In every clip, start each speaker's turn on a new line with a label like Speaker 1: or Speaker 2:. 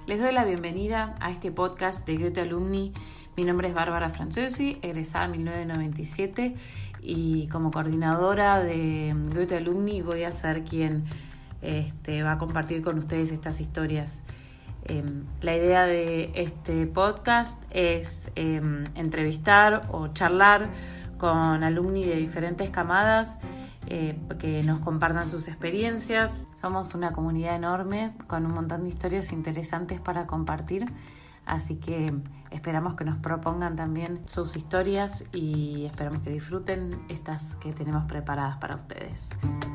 Speaker 1: Les doy la bienvenida a este podcast de Goethe Alumni. Mi nombre es Bárbara Francesi, egresada en 1997 y como coordinadora de Goethe Alumni voy a ser quien va a compartir con ustedes estas historias. La idea de este podcast es entrevistar o charlar con alumni de diferentes camadas que nos compartan sus experiencias. Somos una comunidad enorme con un montón de historias interesantes para compartir, así que esperamos que nos propongan también sus historias y esperamos que disfruten estas que tenemos preparadas para ustedes.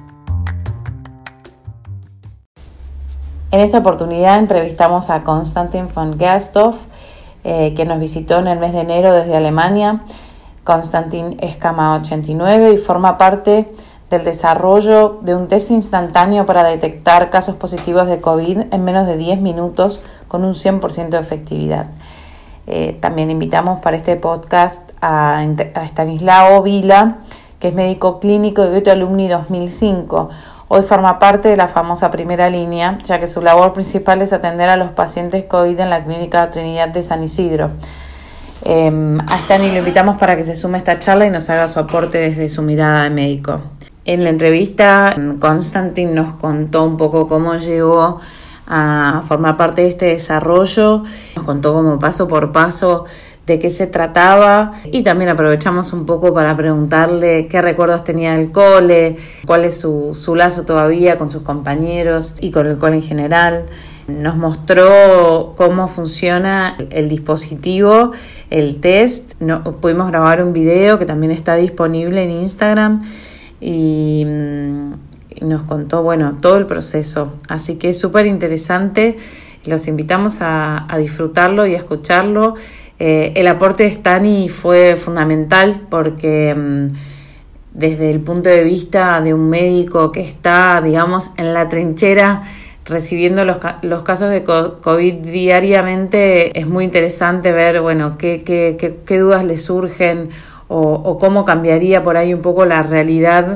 Speaker 1: En esta oportunidad entrevistamos a Konstantin von Gersdorff, que nos visitó en el mes de enero desde Alemania. Konstantin es cama 89 y forma parte del desarrollo de un test instantáneo para detectar casos positivos de COVID en menos de 10 minutos con un 100% de efectividad. También invitamos para este podcast a Stanislao Vila, que es médico clínico de Goethe Alumni 2005. Hoy forma parte de la famosa primera línea, ya que su labor principal es atender a los pacientes COVID en la Clínica Trinidad de San Isidro. A Stani lo invitamos para que se sume a esta charla y nos haga su aporte desde su mirada de médico. En la entrevista, Konstantin nos contó un poco cómo llegó a formar parte de este desarrollo, nos contó como paso por paso de qué se trataba y también aprovechamos un poco para preguntarle qué recuerdos tenía del cole, cuál es su lazo todavía con sus compañeros y con el cole en general. Nos mostró cómo funciona el dispositivo, el test. Pudimos grabar un video que también está disponible en Instagram y nos contó todo el proceso. Así que es súper interesante. Los invitamos a disfrutarlo y a escucharlo. El aporte de Stani fue fundamental porque desde el punto de vista de un médico que está, digamos, en la trinchera recibiendo los casos de COVID diariamente, es muy interesante ver qué dudas le surgen o cómo cambiaría por ahí un poco la realidad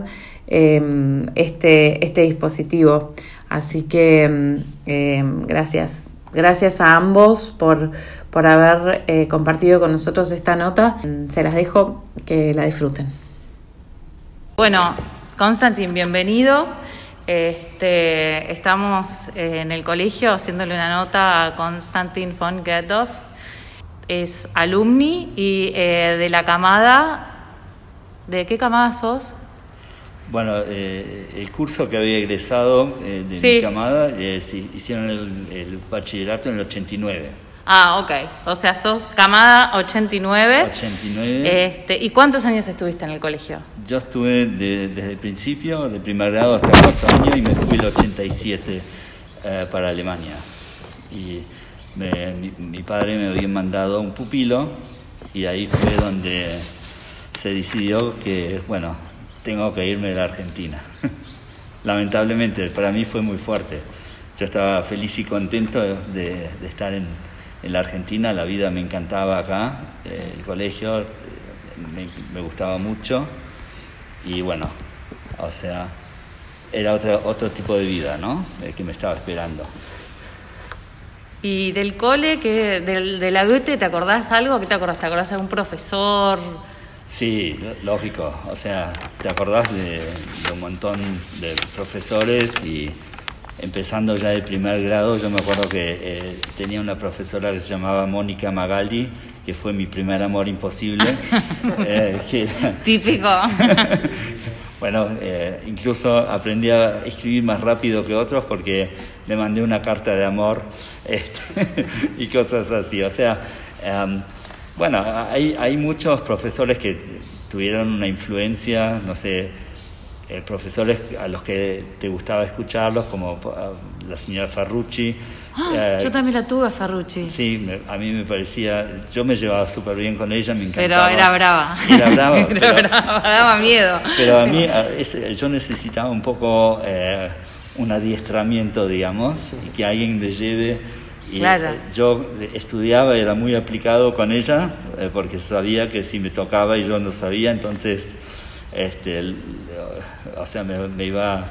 Speaker 1: este dispositivo. Así que gracias a ambos por haber compartido con nosotros esta nota. Se las dejo, que la disfruten. Bueno, Konstantin, bienvenido. Estamos en el colegio haciéndole una nota a Konstantin von Gersdorff. Es alumni y de la camada. ¿De qué camada sos?
Speaker 2: Bueno, el curso que había egresado de mi camada, hicieron el bachillerato en el 89.
Speaker 1: Ah, ok. O sea, sos camada 89.
Speaker 2: 89.
Speaker 1: ¿Y cuántos años estuviste en el colegio?
Speaker 2: Yo estuve desde el principio, de primer grado hasta el cuarto año, y me fui el 87 para Alemania. Y mi padre me había mandado un pupilo, y ahí fue donde se decidió que, tengo que irme de la Argentina. Lamentablemente, para mí fue muy fuerte. Yo estaba feliz y contento de estar en la Argentina. La vida me encantaba acá, el colegio me gustaba mucho y era otro tipo de vida, ¿no? Que me estaba esperando.
Speaker 1: ¿Y del cole, de la Goethe, te acordás algo? ¿Qué te acordás? ¿Te acordás de algún profesor?
Speaker 2: Sí, lógico. O sea, te acordás de un montón de profesores y empezando ya de primer grado, yo me acuerdo que tenía una profesora que se llamaba Mónica Magaldi, que fue mi primer amor imposible.
Speaker 1: Típico.
Speaker 2: Incluso aprendí a escribir más rápido que otros porque le mandé una carta de amor y cosas así. O sea, hay muchos profesores que tuvieron una influencia, no sé, profesores a los que te gustaba escucharlos, como la señora Ferrucci.
Speaker 1: Yo también la tuve a Ferrucci.
Speaker 2: Sí, a mí me parecía, yo me llevaba súper bien con ella, me encantaba.
Speaker 1: Pero era brava.
Speaker 2: Era brava.
Speaker 1: Brava, daba miedo.
Speaker 2: Pero a mí, yo necesitaba un poco un adiestramiento, digamos, y que alguien me lleve. Y
Speaker 1: claro.
Speaker 2: Yo estudiaba, era muy aplicado con ella, porque sabía que si me tocaba y yo no sabía, entonces me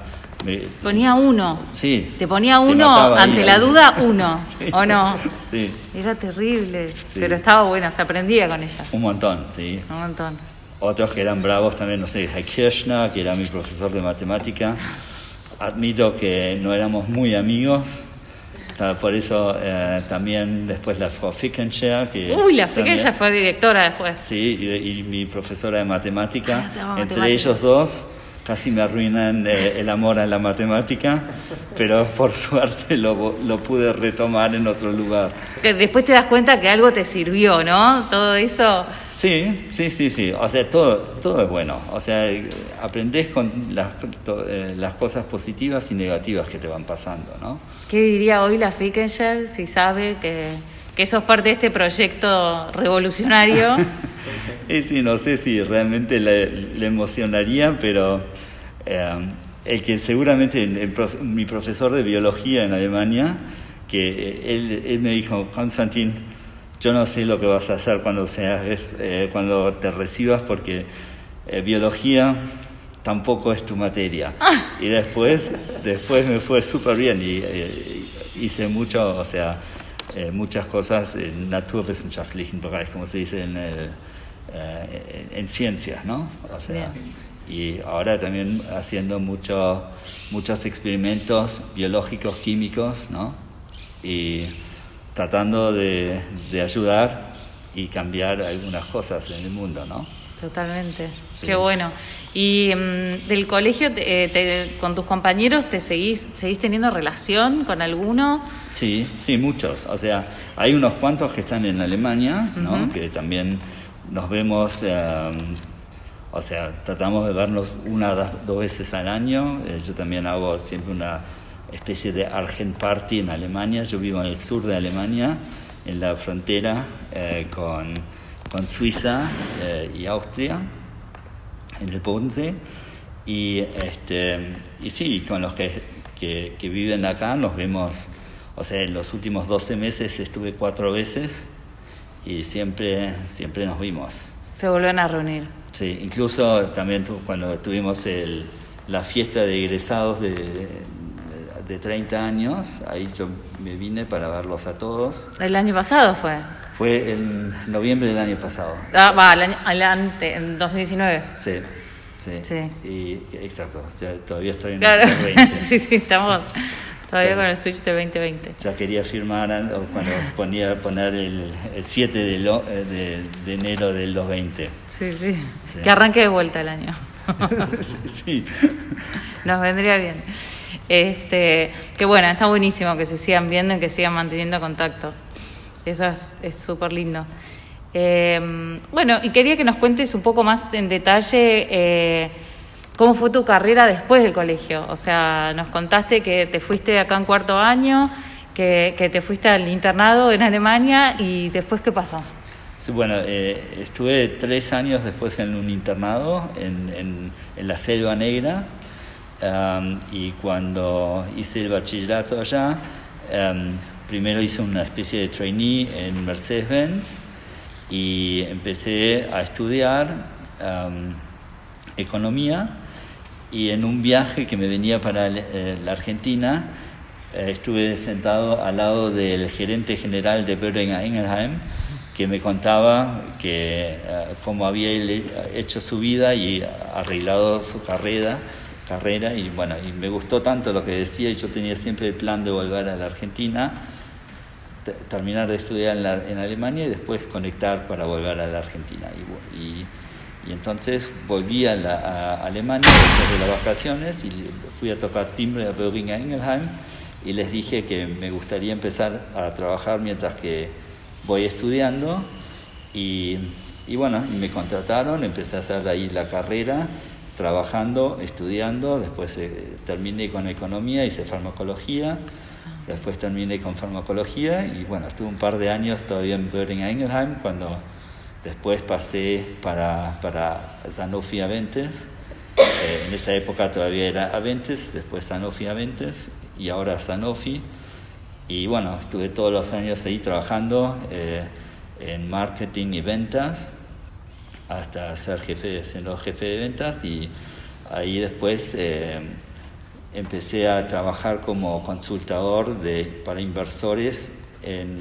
Speaker 1: Ponía 1.
Speaker 2: Sí.
Speaker 1: Te ponía 1 ante la duda, 1. Sí. ¿O no?
Speaker 2: Sí.
Speaker 1: Era terrible, sí. Pero estaba buena, se aprendía con ella.
Speaker 2: Un montón, sí.
Speaker 1: Un montón.
Speaker 2: Otros que eran bravos también, no sé, Herr Kirchner, que era mi profesor de matemática. Admito que no éramos muy amigos. Por eso también después la Frau Fickenscher.
Speaker 1: La Fickenscher fue directora después.
Speaker 2: Sí, y mi profesora de matemática. Entre ellos dos casi me arruinan el amor a la matemática, pero por suerte lo pude retomar en otro lugar.
Speaker 1: Después te das cuenta que algo te sirvió, ¿no? Todo eso.
Speaker 2: Sí. O sea, todo es bueno. O sea, aprendés con las cosas positivas y negativas que te van pasando, ¿no?
Speaker 1: ¿Qué diría hoy la Fickenscher si sabe que sos parte de este proyecto revolucionario?
Speaker 2: Sí, no sé si realmente le emocionaría, pero el que seguramente mi profesor de biología en Alemania, que él me dijo, Konstantin, yo no sé lo que vas a hacer cuando te recibas, porque biología tampoco es tu materia. Y después me fue súper bien y hice mucho, o sea, muchas cosas en naturwissenschaftlichen Bereich, como se dice en ciencias, ¿no? O sea, y ahora también haciendo muchos experimentos biológicos, químicos, ¿no? Y tratando de ayudar y cambiar algunas cosas en el mundo, ¿no?
Speaker 1: Totalmente, sí. Qué bueno. ¿Y del colegio, con tus compañeros, seguís teniendo relación con alguno?
Speaker 2: Sí, muchos. O sea, hay unos cuantos que están en Alemania, ¿no? Uh-huh. Que también nos vemos, o sea, tratamos de vernos 2 veces al año. Yo también hago siempre una especie de Argent Party en Alemania. Yo vivo en el sur de Alemania, en la frontera con Suiza y Austria, en el Bodensee, y sí, con los que viven acá nos vemos, o sea, en los últimos 12 meses estuve 4 veces y siempre nos vimos.
Speaker 1: Se vuelven a reunir.
Speaker 2: Sí, incluso también cuando tuvimos la fiesta de egresados de 30 años, ahí yo me vine para verlos a todos.
Speaker 1: ¿El año pasado fue?
Speaker 2: Fue en noviembre del año pasado.
Speaker 1: En 2019.
Speaker 2: Sí. Y, exacto, todavía estoy en
Speaker 1: el
Speaker 2: 2020.
Speaker 1: Sí, estamos todavía con el Switch de 2020.
Speaker 2: Ya quería firmar cuando poner el 7 de enero del 2020.
Speaker 1: Sí. Que arranque de vuelta el año.
Speaker 2: Sí.
Speaker 1: Nos vendría bien. Que bueno, está buenísimo que se sigan viendo y que sigan manteniendo contacto. Eso es súper lindo. Bueno, y quería que nos cuentes un poco más en detalle cómo fue tu carrera después del colegio. O sea, nos contaste que te fuiste acá en 4º año, que te fuiste al internado en Alemania, y después, ¿qué pasó?
Speaker 2: Sí, bueno, estuve 3 años después en un internado en la Selva Negra, y cuando hice el bachillerato allá, primero hice una especie de trainee en Mercedes-Benz y empecé a estudiar economía, y en un viaje que me venía para la Argentina estuve sentado al lado del gerente general de Boehringer Ingelheim, que me contaba cómo había hecho su vida y arreglado su carrera, y bueno, y me gustó tanto lo que decía, y yo tenía siempre el plan de volver a la Argentina, terminar de estudiar en Alemania y después conectar para volver a la Argentina. Y entonces volví a Alemania después de las vacaciones y fui a tocar timbre a Boehringer Ingelheim y les dije que me gustaría empezar a trabajar mientras que voy estudiando, y bueno, me contrataron, empecé a hacer ahí la carrera, trabajando, estudiando, después terminé con economía, hice farmacología, después terminé con farmacología y bueno, estuve un par de años todavía en Boehringer Ingelheim, cuando después pasé para Sanofi Aventis. En esa época todavía era Aventis, después Sanofi Aventis y ahora Sanofi. Y bueno, estuve todos los años ahí trabajando en marketing y ventas, hasta ser siendo jefe de ventas, y ahí después empecé a trabajar como consultador para inversores en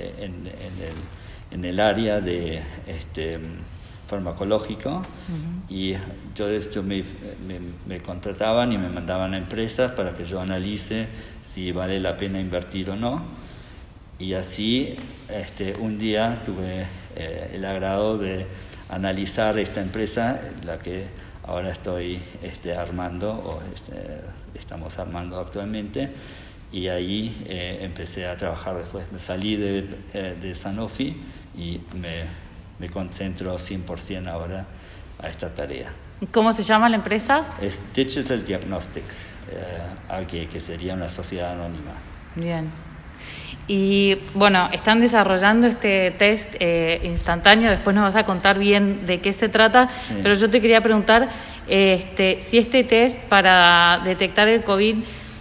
Speaker 2: el área de farmacológico. Y yo me contrataban y me mandaban a empresas para que yo analice si vale la pena invertir o no. Y así un día tuve el agrado de analizar esta empresa, la que ahora estoy armando, o estamos armando actualmente, y ahí empecé a trabajar después. Me salí de Sanofi y me concentro 100% ahora a esta tarea.
Speaker 3: ¿Cómo se llama la empresa?
Speaker 2: Es Digital Diagnostics AG, que sería una sociedad anónima.
Speaker 3: Bien. Y bueno, están desarrollando este test instantáneo, después nos vas a contar bien de qué se trata, sí. Pero yo te quería preguntar si este test para detectar el COVID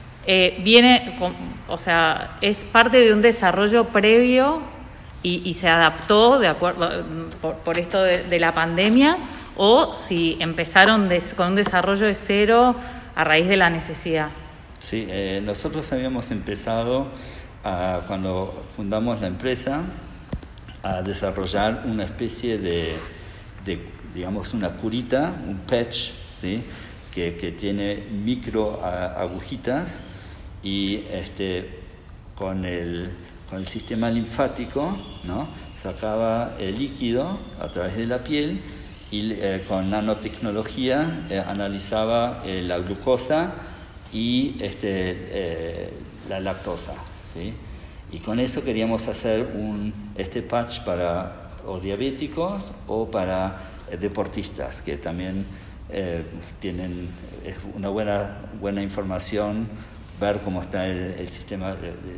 Speaker 3: es parte de un desarrollo previo y se adaptó de acuerdo por esto de la pandemia, o si empezaron con un desarrollo de cero a raíz de la necesidad.
Speaker 2: Sí, nosotros habíamos empezado cuando fundamos la empresa a desarrollar una especie de digamos, una curita, un patch, ¿sí? que tiene micro agujitas, y con el sistema linfático, ¿no? Sacaba el líquido a través de la piel y con nanotecnología analizaba la glucosa y la lactosa, ¿sí? Y con eso queríamos hacer este patch para o diabéticos o para deportistas, que también tienen una buena información, ver cómo está el sistema,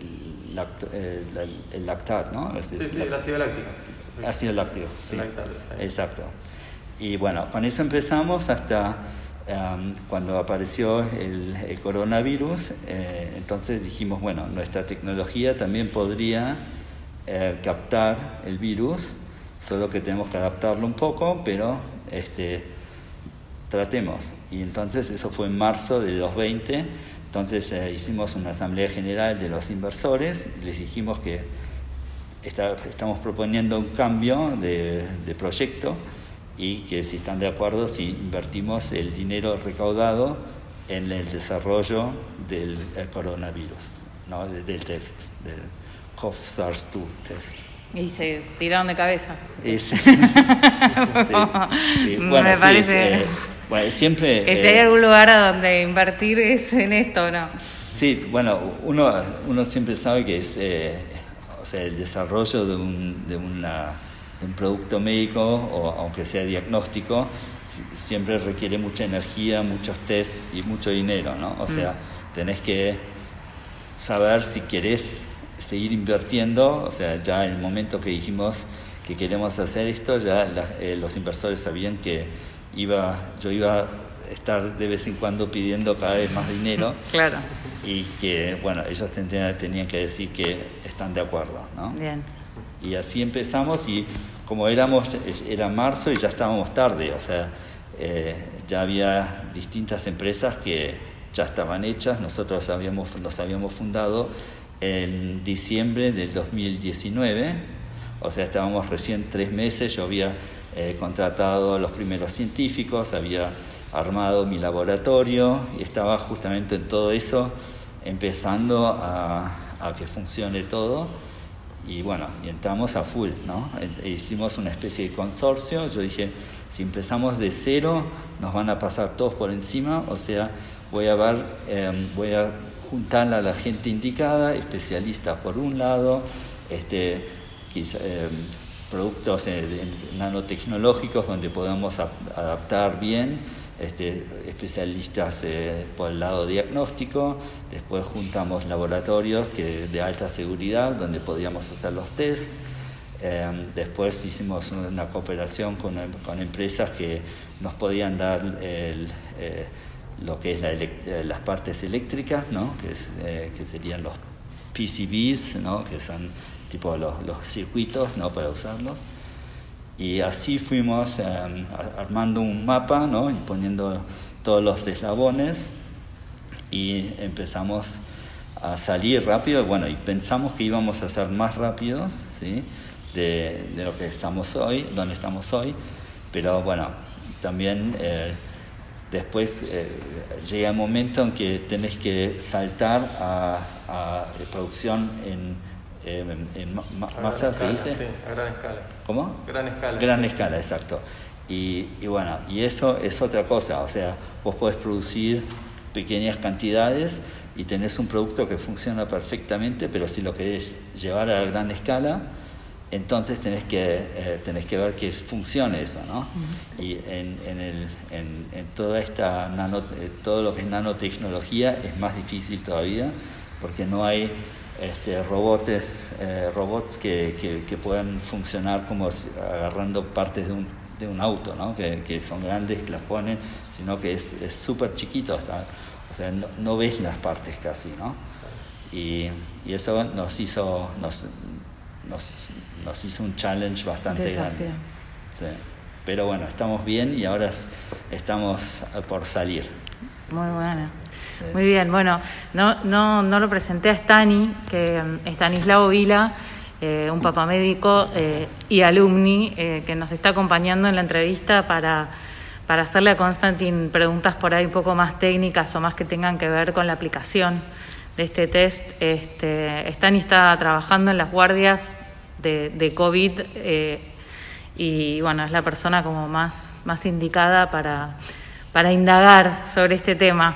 Speaker 2: el lactato, ¿no?
Speaker 4: Sí, el ácido láctico.
Speaker 2: Ácido láctico, sí, exacto. Y bueno, con eso empezamos hasta cuando apareció el coronavirus. Entonces dijimos, bueno, nuestra tecnología también podría captar el virus, solo que tenemos que adaptarlo un poco, pero tratemos. Y entonces eso fue en marzo de 2020. Entonces hicimos una asamblea general de los inversores y les dijimos que estamos proponiendo un cambio de proyecto, y que si están de acuerdo, si invertimos el dinero recaudado en el desarrollo del coronavirus, ¿no? Del test, del CoV-SARS-2 test.
Speaker 3: Y se tiraron de cabeza.
Speaker 2: Sí.
Speaker 3: Bueno, me parece.
Speaker 2: Bueno, siempre.
Speaker 3: Que si hay algún lugar a donde invertir es en esto, ¿no?
Speaker 2: Sí, bueno, uno siempre sabe que es, el desarrollo de un producto médico, o aunque sea diagnóstico, siempre requiere mucha energía, muchos test y mucho dinero, ¿no? O sea, tenés que saber si querés seguir invirtiendo. O sea, ya en el momento que dijimos que queremos hacer esto, ya los inversores sabían que yo iba a estar de vez en cuando pidiendo cada vez más dinero.
Speaker 3: Claro. Y
Speaker 2: que, bueno, ellos tenían que decir que están de acuerdo, ¿no?
Speaker 3: Bien.
Speaker 2: Y así empezamos, y como era marzo y ya estábamos tarde, o sea, ya había distintas empresas que ya estaban hechas. Nosotros nos habíamos fundado en diciembre del 2019, o sea, estábamos recién 3 meses. Yo había contratado a los primeros científicos, había armado mi laboratorio y estaba justamente en todo eso, empezando a que funcione todo. Y bueno, y entramos a full, ¿no? Hicimos una especie de consorcio. Yo dije, si empezamos de cero, nos van a pasar todos por encima. O sea, voy a juntar a la gente indicada, especialistas por un lado, productos nanotecnológicos donde podamos adaptar bien, especialistas por el lado diagnóstico. Después juntamos laboratorios de alta seguridad donde podíamos hacer los tests. Después hicimos una cooperación con empresas que nos podían dar lo que es las partes eléctricas, ¿no? Que serían los PCBs, ¿no? Que son tipo los circuitos, ¿no? Para usarlos. Y así fuimos armando un mapa, ¿no? Y poniendo todos los eslabones. y empezamos a salir rápido, bueno, y pensamos que íbamos a ser más rápidos, ¿sí? de lo que estamos hoy, donde estamos hoy, pero bueno, también después llega el momento en que tenés que saltar a producción en masa, ¿se dice?
Speaker 4: Sí, a gran escala.
Speaker 2: ¿Cómo?
Speaker 4: Gran escala.
Speaker 2: Gran escala, exacto. Y bueno, y eso es otra cosa, o sea, vos podés producir pequeñas cantidades y tenés un producto que funciona perfectamente, pero si lo querés llevar a gran escala, entonces tenés que ver que funcione eso, ¿no? Uh-huh. Y en toda esta todo lo que es nanotecnología es más difícil todavía, porque no hay robots que puedan funcionar como agarrando partes de un auto, ¿no? Que son grandes, que las ponen, sino que es súper chiquito hasta, o sea, no ves las partes casi, ¿no? Y eso nos hizo un challenge bastante grande. Sí. Pero bueno, estamos bien y ahora estamos por salir.
Speaker 3: Muy buena. Sí. Muy bien, bueno, no lo presenté a Stani, que Stanislao Vila, un papamédico y alumni que nos está acompañando en la entrevista para hacerle a Konstantin preguntas por ahí un poco más técnicas o más que tengan que ver con la aplicación de este test. Stani está trabajando en las guardias de COVID y bueno, es la persona como más indicada para indagar sobre este tema.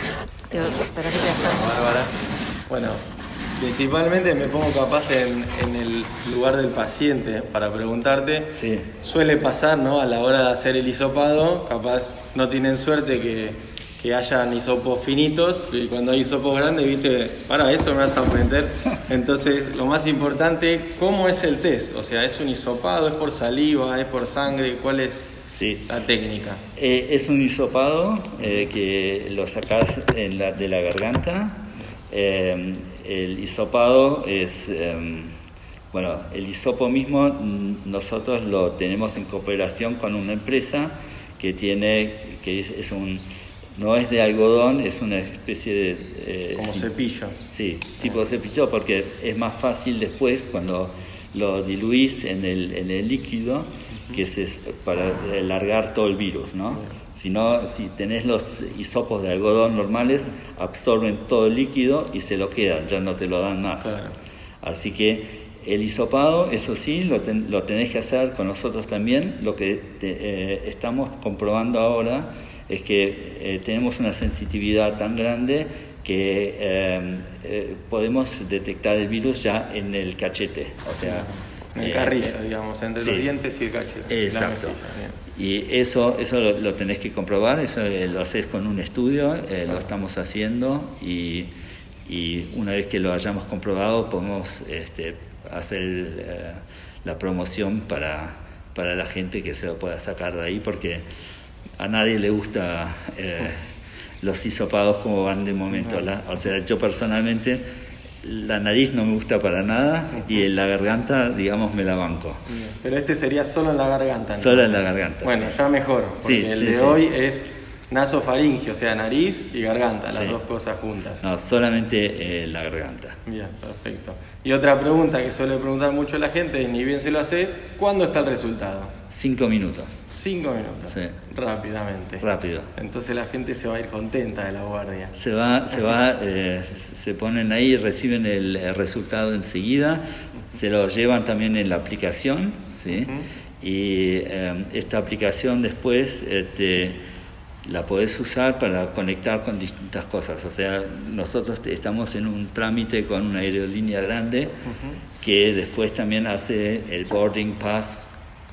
Speaker 4: Bárbara. Bueno, principalmente me pongo capaz en el lugar del paciente para preguntarte.
Speaker 2: Sí. Suele
Speaker 4: pasar, ¿no? A la hora de hacer el hisopado, capaz no tienen suerte que hayan hisopos finitos, y cuando hay hisopos grandes, viste, para eso me vas a aprender. Entonces, lo más importante, ¿cómo es el test? O sea, ¿es un hisopado, es por saliva, es por sangre? ¿Cuál es la técnica?
Speaker 2: Es un hisopado que lo sacás de la garganta. El hisopado es... bueno, el hisopo mismo nosotros lo tenemos en cooperación con una empresa que no es de algodón, es una especie de...
Speaker 4: como cepillo.
Speaker 2: Sí, tipo cepillo, porque es más fácil después cuando lo diluís en el líquido, que es para largar todo el virus, ¿no? Si tenés los hisopos de algodón normales, absorben todo el líquido y se lo quedan, ya no te lo dan más. Claro. Así que el hisopado, eso sí, lo tenés que hacer con nosotros también. Lo que estamos comprobando ahora es que tenemos una sensitividad tan grande que podemos detectar el virus ya en el cachete, o sea...
Speaker 4: En el carrillo, digamos, entre los dientes y el cachete.
Speaker 2: Exacto. Y eso lo tenés que comprobar, eso lo haces con un estudio, lo estamos haciendo y una vez que lo hayamos comprobado podemos hacer la promoción para la gente que se lo pueda sacar de ahí, porque a nadie le gusta los hisopados como van de momento. O sea, yo personalmente la nariz no me gusta para nada y en la garganta, digamos, me la banco.
Speaker 4: Pero este sería solo en la garganta, ¿no?
Speaker 2: Solo en la garganta.
Speaker 4: Bueno, sí. Ya mejor, porque el de hoy es nasofaringio, o sea, nariz y garganta, las dos cosas juntas.
Speaker 2: No, solamente la garganta.
Speaker 4: Bien, perfecto. Y otra pregunta que suele preguntar mucho la gente, ni bien se lo haces, ¿cuándo está el resultado?
Speaker 2: 5 minutos.
Speaker 4: 5 minutos. Sí. Rápidamente.
Speaker 2: Rápido.
Speaker 4: Entonces la gente se va a ir contenta de la guardia.
Speaker 2: Se ponen ahí, reciben el resultado enseguida, se lo llevan también en la aplicación, ¿sí? Y esta aplicación después la podés usar para conectar con distintas cosas. O sea, nosotros estamos en un trámite con una aerolínea grande que después también hace el boarding pass,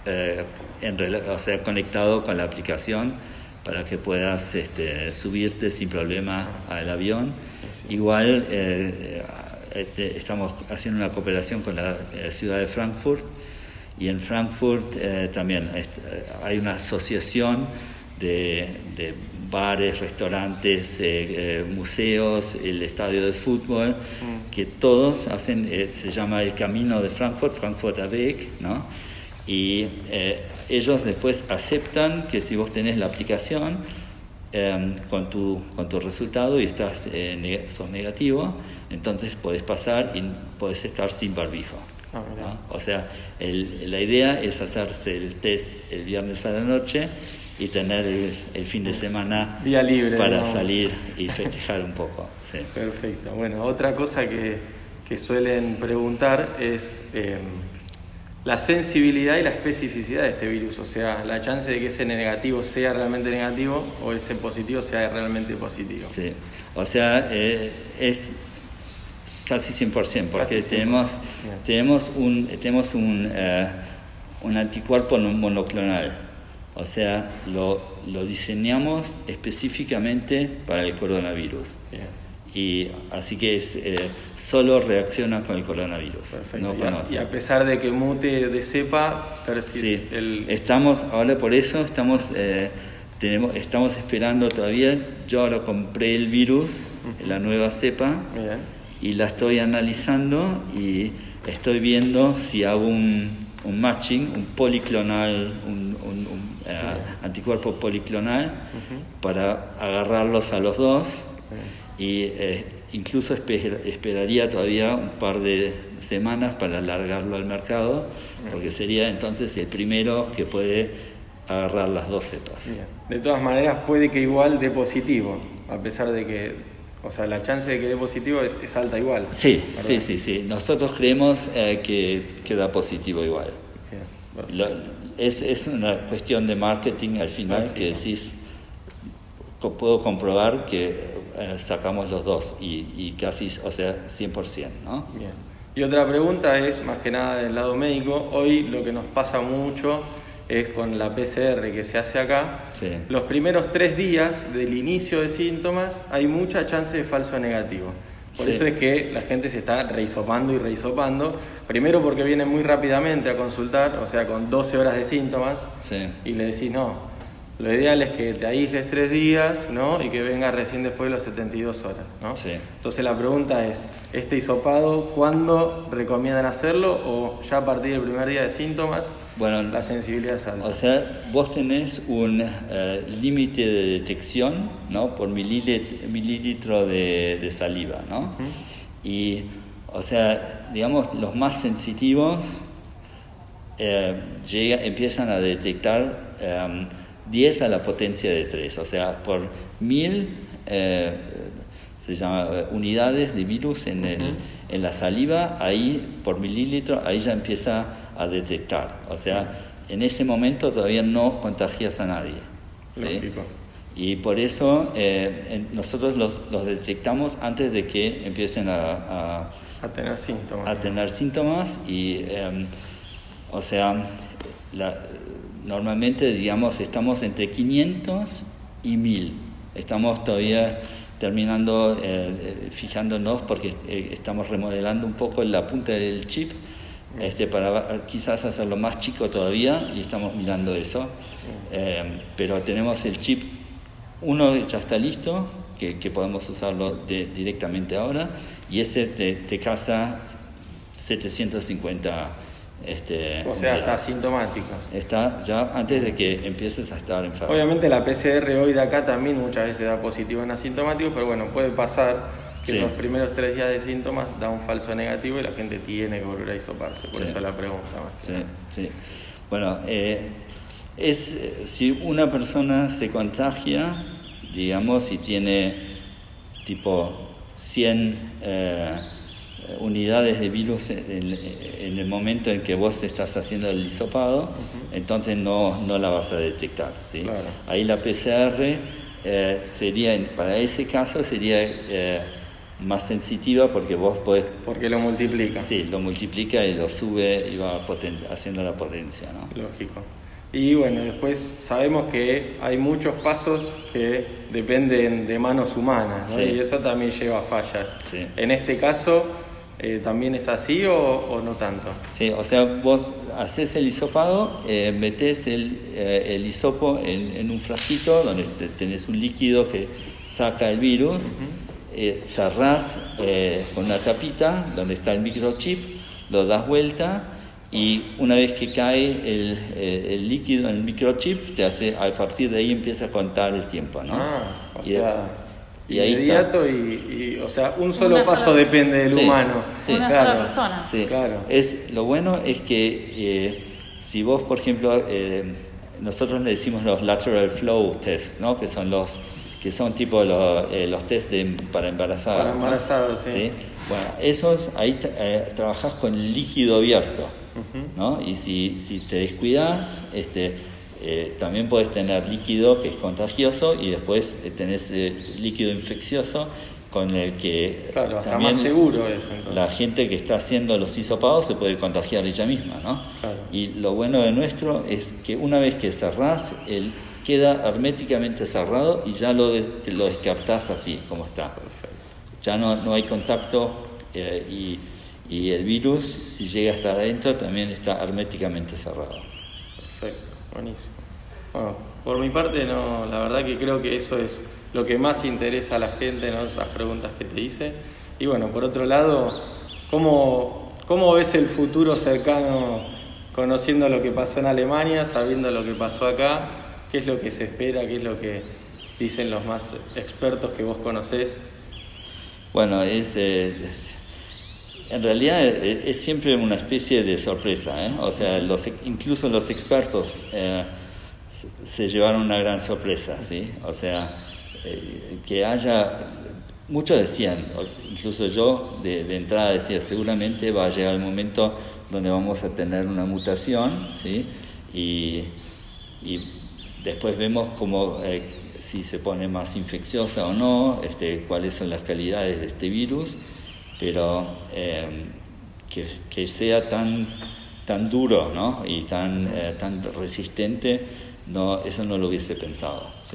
Speaker 2: o sea, conectado con la aplicación para que puedas subirte sin problema al avión. Igual estamos haciendo una cooperación con la ciudad de Frankfurt, y en Frankfurt también hay una asociación de bares, restaurantes, museos, el estadio de fútbol, que todos hacen, se llama el Camino de Frankfurt, Frankfurter Weg, ¿no? Y ellos después aceptan que si vos tenés la aplicación, con tu resultado y sos negativo, entonces podés pasar y podés estar sin barbijo. ¿No? O sea, la idea es hacerse el test el viernes a la noche y tener el fin de semana
Speaker 4: día libre
Speaker 2: para salir y festejar un poco. Sí.
Speaker 4: Perfecto. Bueno, otra cosa que suelen preguntar es la sensibilidad y la especificidad de este virus, o sea, la chance de que ese negativo sea realmente negativo o ese positivo sea realmente positivo.
Speaker 2: Sí, o sea, es casi 100%, porque
Speaker 4: casi 100%.
Speaker 2: tenemos un anticuerpo monoclonal, o sea, lo diseñamos específicamente para el coronavirus.
Speaker 4: Bien.
Speaker 2: Y así que solo reacciona con el coronavirus.
Speaker 4: Perfecto.
Speaker 2: No con otro.
Speaker 4: Y a pesar de que mute de cepa,
Speaker 2: sí. Estamos ahora por eso estamos esperando todavía. Yo ahora compré el virus, la nueva cepa.
Speaker 4: Bien.
Speaker 2: Y la estoy analizando y estoy viendo si hago un matching, un policlonal, anticuerpo policlonal para agarrarlos a los dos. Y incluso esperaría todavía un par de semanas para alargarlo al mercado, porque sería entonces el primero que puede agarrar las dos cepas.
Speaker 4: Bien. De todas maneras, puede que igual dé positivo, a pesar de que, o sea, la chance de que dé positivo es alta igual.
Speaker 2: Sí, sí. Nosotros creemos que da positivo igual. Es una cuestión de marketing al final, que decís, puedo comprobar que sacamos los dos y casi, o sea, 100%, ¿no?
Speaker 4: Bien. Y otra pregunta es, más que nada del lado médico, hoy lo que nos pasa mucho es con la PCR que se hace acá,
Speaker 2: sí.
Speaker 4: Los primeros 3 días del inicio de síntomas hay mucha chance de falso negativo. Por eso es que la gente se está rehisopando y rehisopando, primero porque viene muy rápidamente a consultar, o sea, con 12 horas de síntomas, y le decís, no, lo ideal es que te aísles 3 días, ¿no? Y que venga recién después de las 72 horas, ¿no?
Speaker 2: Sí.
Speaker 4: Entonces la pregunta es, ¿este hisopado cuándo recomiendan hacerlo o ya a partir del primer día de síntomas?
Speaker 2: Bueno,
Speaker 4: la sensibilidad es alta.
Speaker 2: O sea, vos tenés un límite de detección, ¿no? Por mililitro de saliva, ¿no? Y, o sea, digamos, los más sensitivos empiezan a detectar 10 a la potencia de 3, o sea, por 1000 se llama unidades de virus en la saliva, ahí por mililitro, ahí ya empieza a detectar. O sea, en ese momento todavía no contagias a nadie. ¿Sí? Y por eso nosotros los detectamos antes de que empiecen a
Speaker 4: tener síntomas.
Speaker 2: A tener síntomas y, o sea, normalmente, digamos, estamos entre 500 y 1000. Estamos todavía terminando, fijándonos, porque estamos remodelando un poco la punta del chip, para quizás hacerlo más chico todavía, y estamos mirando eso. Pero tenemos el chip, uno ya está listo, que podemos usarlo directamente ahora, y ese te casa 750
Speaker 4: o sea, está asintomático.
Speaker 2: Está ya antes de que empieces a estar enfermo.
Speaker 4: Obviamente la PCR hoy de acá también muchas veces da positivo en asintomáticos, pero bueno, puede pasar que los primeros 3 días de síntomas da un falso negativo y la gente tiene que volver a hisoparse. Por eso la pregunta más.
Speaker 2: Sí. Bueno, si una persona se contagia, digamos, y tiene tipo 100 unidades de virus en el momento en que vos estás haciendo el hisopado, entonces no la vas a detectar, ¿sí?
Speaker 4: Claro.
Speaker 2: Ahí la PCR sería, para ese caso sería más sensitiva, porque vos podés...
Speaker 4: Porque lo multiplica.
Speaker 2: Sí, lo multiplica y lo sube y va haciendo la potencia, ¿no?
Speaker 4: Lógico. Y bueno, después sabemos que hay muchos pasos que dependen de manos humanas, ¿no? Y eso también lleva a fallas.
Speaker 2: Sí.
Speaker 4: En este caso, ¿también es así o no tanto?
Speaker 2: Sí, o sea, vos haces el hisopado, metés el hisopo en un frasquito donde tenés un líquido que saca el virus, cerrás con una tapita donde está el microchip, lo das vuelta y una vez que cae el líquido en el microchip, a partir de ahí empieza a contar el tiempo, ¿no?
Speaker 4: Y ahí inmediato o sea, un solo paso depende del humano.
Speaker 2: Sí,
Speaker 3: una sola persona.
Speaker 2: Sí, claro. Lo bueno es que si vos, por ejemplo, nosotros le decimos los lateral flow tests, ¿no? Que son tipo los test para embarazadas.
Speaker 4: Para embarazados,
Speaker 2: ¿no? ¿Sí? Bueno, esos ahí trabajás con líquido abierto, ¿no? Y si te descuidas, también puedes tener líquido que es contagioso y después tenés líquido infeccioso con el que
Speaker 4: también más seguro eso,
Speaker 2: la gente que está haciendo los hisopados se puede contagiar ella misma, ¿no?
Speaker 4: Claro.
Speaker 2: Y lo bueno de nuestro es que una vez que cerrás, queda herméticamente cerrado y ya lo descartás así como está.
Speaker 4: Perfecto.
Speaker 2: Ya no hay contacto y el virus, si llega a estar adentro, también está herméticamente cerrado.
Speaker 4: Perfecto, buenísimo. Bueno, por mi parte, la verdad que creo que eso es lo que más interesa a la gente, ¿no? Las preguntas que te hice. Y bueno, por otro lado, ¿cómo ves el futuro cercano, conociendo lo que pasó en Alemania, sabiendo lo que pasó acá? ¿Qué es lo que se espera? ¿Qué es lo que dicen los más expertos que vos conocés?
Speaker 2: Bueno, en realidad es siempre una especie de sorpresa, ¿eh? O sea, incluso los expertos se llevaron una gran sorpresa, ¿sí? O sea, que muchos decían, incluso yo de entrada decía, seguramente va a llegar el momento donde vamos a tener una mutación, ¿sí? Y después vemos cómo si se pone más infecciosa o no, cuáles son las calidades de este virus, pero que sea tan duro, ¿no? Y tan resistente, eso no lo hubiese pensado, ¿sí?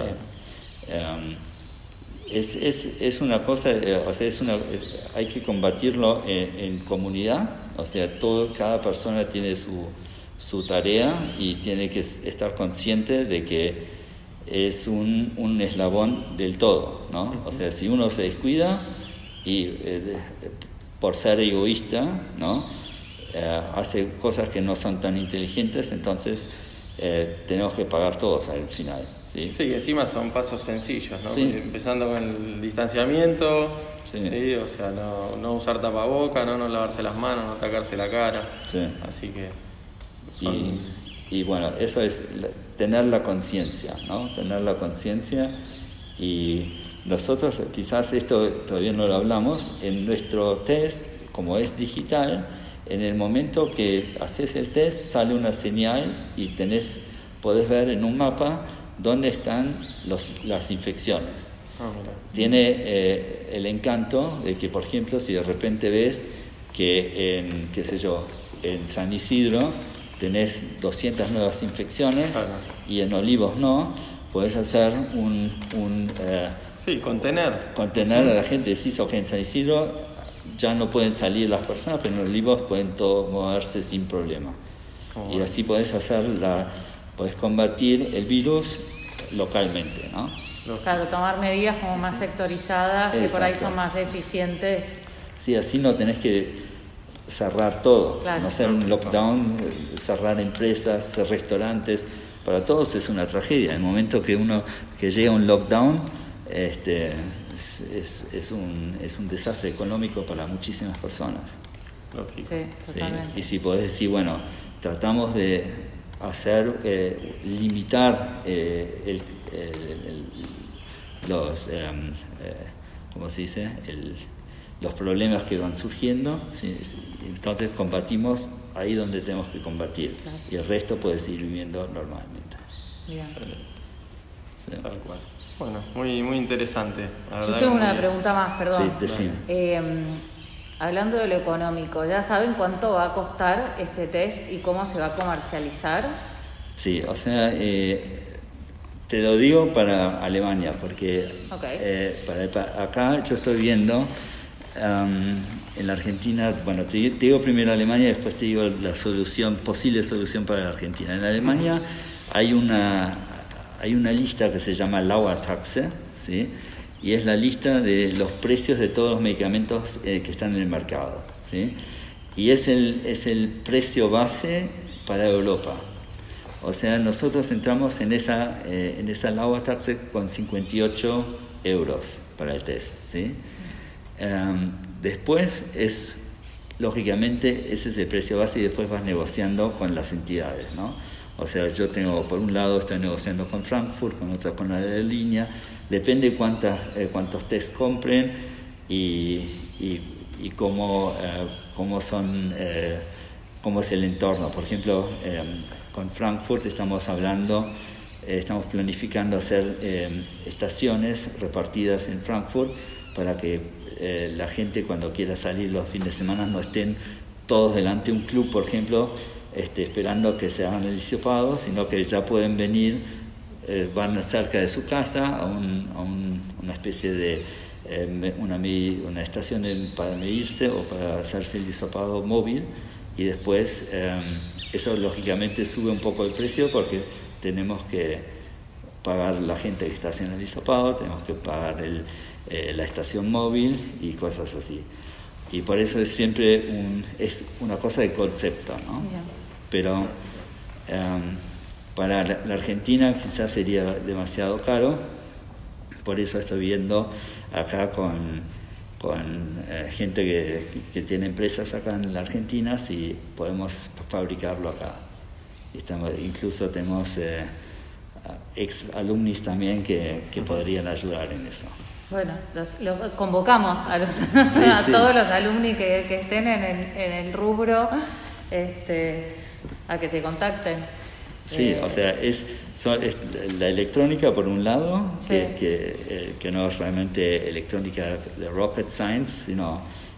Speaker 2: Es una cosa, o sea, hay que combatirlo en comunidad, o sea, cada persona tiene su tarea y tiene que estar consciente de que es un eslabón del todo, ¿no? O sea, si uno se descuida y por ser egoísta, ¿no? Hace cosas que no son tan inteligentes, entonces tenemos que pagar todos al final, ¿sí?
Speaker 4: Sí, que encima son pasos sencillos, ¿no?
Speaker 2: Sí.
Speaker 4: Empezando con el distanciamiento,
Speaker 2: sí.
Speaker 4: ¿sí? O sea, no usar tapaboca, no lavarse las manos, no atacarse la cara,
Speaker 2: sí.
Speaker 4: Así que
Speaker 2: y bueno, eso es tener la conciencia, ¿no? Tener la conciencia. Y nosotros, quizás esto todavía no lo hablamos, en nuestro test, como es digital, en el momento que haces el test sale una señal y podés ver en un mapa dónde están las infecciones. Tiene el encanto de que, por ejemplo, si de repente ves que en San Isidro tenés 200 nuevas infecciones, claro, y en Olivos no, podés hacer contener a la gente. Decís, ok, en San Isidro ya no pueden salir las personas, pero en Olivos pueden todos moverse sin problema. Y así podés combatir el virus localmente, ¿no?
Speaker 3: Claro, tomar medidas como más sectorizadas, que por ahí son más eficientes.
Speaker 2: Sí, así no tenés que cerrar todo, claro, no hacer un lockdown, cerrar empresas, restaurantes. Para todos es una tragedia. En el momento que llega un lockdown, es un desastre económico para muchísimas personas.
Speaker 3: Sí, totalmente.
Speaker 2: Sí. Y si podés decir, bueno, tratamos de limitar ¿cómo se dice? Los problemas que van surgiendo, ¿sí? Entonces combatimos ahí donde tenemos que combatir, claro, y el resto puede seguir viviendo normalmente.
Speaker 3: Bien.
Speaker 4: Sí. Tal cual. Bueno, muy, muy interesante.
Speaker 3: Yo tengo una pregunta más, perdón.
Speaker 2: Sí, decime.
Speaker 3: Hablando de lo económico, ¿ya saben cuánto va a costar este test y cómo se va a comercializar? Sí,
Speaker 2: o sea, te lo digo para Alemania, porque para acá yo estoy viendo en la Argentina, bueno, te digo primero Alemania y después te digo la posible solución para la Argentina. En Alemania hay una lista que se llama Lauer-Taxe, ¿sí? Y es la lista de los precios de todos los medicamentos que están en el mercado, ¿sí? y es el precio base para Europa. O sea, nosotros entramos en esa Lauertaxe con 58 euros para el test, ¿sí? Después lógicamente ese es el precio base y después vas negociando con las entidades, ¿no? O sea, yo por un lado estoy negociando con Frankfurt, con otra con la aerolínea, depende cuántos test compren y cómo es el entorno. Por ejemplo, con Frankfurt estamos planificando hacer estaciones repartidas en Frankfurt para que la gente cuando quiera salir los fines de semana no estén todos delante de un club, por ejemplo, esperando que se hagan el hisopado, sino que ya pueden venir, van cerca de su casa a una especie de una estación para medirse o para hacerse el hisopado móvil, y después eso lógicamente sube un poco el precio porque tenemos que pagar la gente que está haciendo el hisopado, tenemos que pagar la estación móvil y cosas así. Y por eso es siempre es una cosa de concepto, ¿no? Yeah. Pero para la Argentina quizás sería demasiado caro, por eso estoy viendo acá con gente que tiene empresas acá en la Argentina si podemos fabricarlo acá. Incluso tenemos ex alumnis también que podrían ayudar en eso.
Speaker 3: Bueno, los convocamos a todos los alumni que estén en el rubro a que te contacten.
Speaker 2: Sí, o sea, es la electrónica por un lado, sí, que no es realmente electrónica de rocket science, sino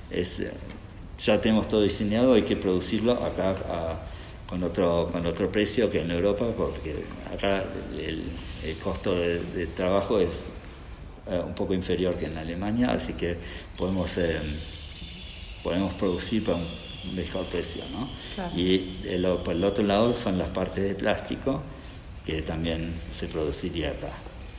Speaker 2: ya tenemos todo diseñado, hay que producirlo acá con otro precio que en Europa, porque acá el costo de trabajo es un poco inferior que en Alemania, así que podemos producir para un mejor precio, ¿no? Claro. Y por el otro lado son las partes de plástico que también se produciría acá.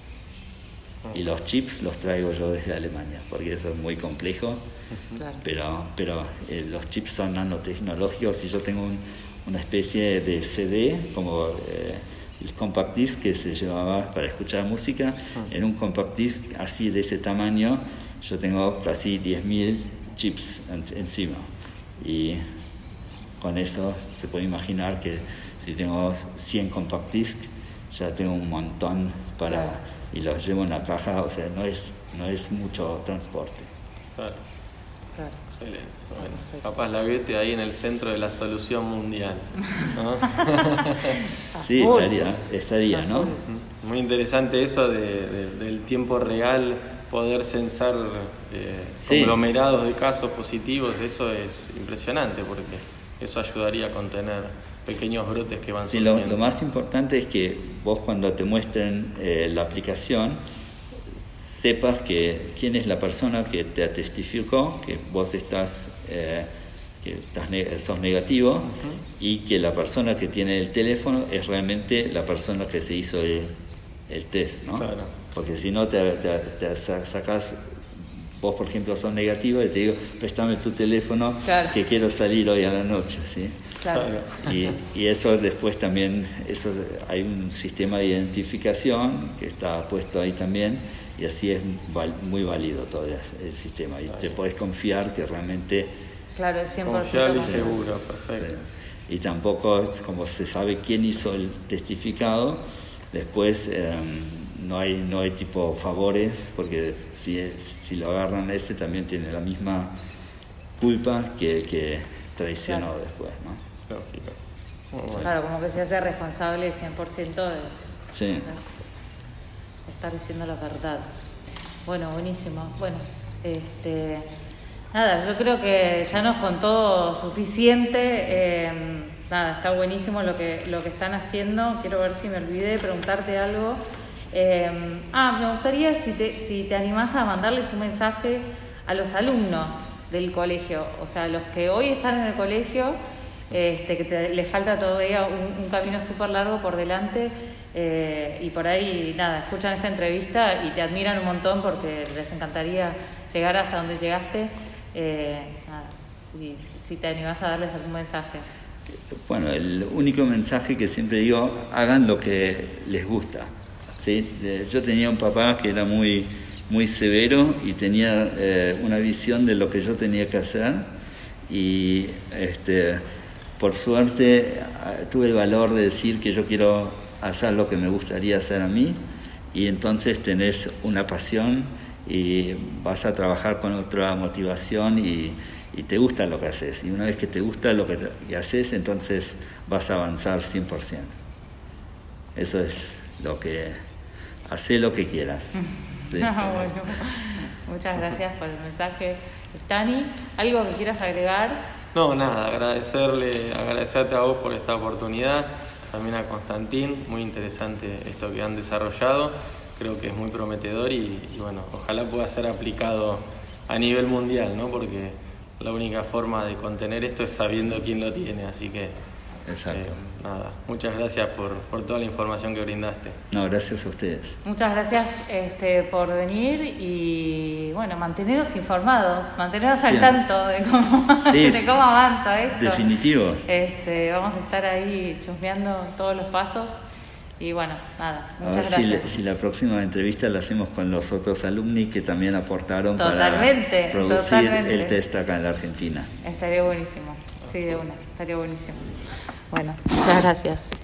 Speaker 2: Y los chips los traigo yo desde Alemania, porque eso es muy complejo, claro. pero los chips son nanotecnológicos y yo tengo una especie de CD, como el compact disc que se llevaba para escuchar música. En un compact disc así de ese tamaño yo tengo casi 10.000 chips encima, y con eso se puede imaginar que si tengo 100 compact disc ya tengo un montón y los llevo en la caja, o sea, no es mucho transporte.
Speaker 4: Claro. Excelente. Bueno, capaz la vete ahí en el centro de la solución mundial, ¿no?
Speaker 2: Sí, estaría, ¿no?
Speaker 4: Muy interesante eso del tiempo real, poder censar conglomerados de casos positivos. Eso es impresionante porque eso ayudaría a contener pequeños brotes que van surgiendo.
Speaker 2: Sí, lo más importante es que vos cuando te muestren la aplicación sepas quién es la persona que te testificó que vos sos negativo, y que la persona que tiene el teléfono es realmente la persona que se hizo el test, ¿no? Claro. Porque si no te sacás, vos por ejemplo sos negativo y te digo, préstame tu teléfono, claro, que quiero salir hoy a la noche, ¿sí?
Speaker 3: Claro.
Speaker 2: Y eso después también, hay un sistema de identificación que está puesto ahí también, y así es muy válido todo el sistema, y te podés confiar que realmente...
Speaker 3: Claro, es 100%
Speaker 4: confiable y seguro, perfecto.
Speaker 2: Sí. Y tampoco, como se sabe quién hizo el testificado, después no hay tipo favores, porque si lo agarran ese también tiene la misma culpa que el que traicionó, claro, después, ¿no?
Speaker 4: Lógico.
Speaker 3: Bueno. Claro, como que se hace responsable 100% de estar diciendo la verdad. Bueno, buenísimo. Bueno, nada, yo creo que ya nos contó suficiente. Nada, está buenísimo lo que están haciendo. Quiero ver si me olvidé de preguntarte algo. Me gustaría si te animás a mandarles un mensaje a los alumnos del colegio, o sea, los que hoy están en el colegio, que les falta todavía un camino súper largo por delante, y por ahí, nada, escuchan esta entrevista y te admiran un montón porque les encantaría llegar hasta donde llegaste. Nada, si te animás a darles algún mensaje.
Speaker 2: Bueno, el único mensaje que siempre digo, hagan lo que les gusta, ¿sí? Yo tenía un papá que era muy severo y tenía una visión de lo que yo tenía que hacer y por suerte tuve el valor de decir que yo quiero hacer lo que me gustaría hacer a mí y entonces tenés una pasión y vas a trabajar con otra motivación y te gusta lo que haces. Y una vez que te gusta lo que haces, entonces vas a avanzar 100%. Eso es lo que... Hacé lo que quieras. Sí,
Speaker 3: Bueno, muchas gracias por el mensaje. Tani, ¿algo que quieras agregar?
Speaker 4: No, nada, agradecerte a vos por esta oportunidad, también a Constantín, muy interesante esto que han desarrollado, creo que es muy prometedor y bueno, ojalá pueda ser aplicado a nivel mundial, ¿no? Porque la única forma de contener esto es sabiendo quién lo tiene, así que
Speaker 2: exacto.
Speaker 4: Nada, muchas gracias por toda la información que brindaste.
Speaker 2: No, gracias a ustedes.
Speaker 3: Muchas gracias por venir y bueno, mantenernos informados, mantenernos al tanto de cómo avanza esto.
Speaker 2: Definitivos.
Speaker 3: Vamos a estar ahí chusmeando todos los pasos y bueno, nada, muchas
Speaker 2: gracias.
Speaker 3: gracias.
Speaker 2: Si la próxima entrevista la hacemos con los otros alumni que también aportaron para producir el test acá en la Argentina.
Speaker 3: Estaría buenísimo, sí, de una, estaría buenísimo. Bueno, muchas gracias.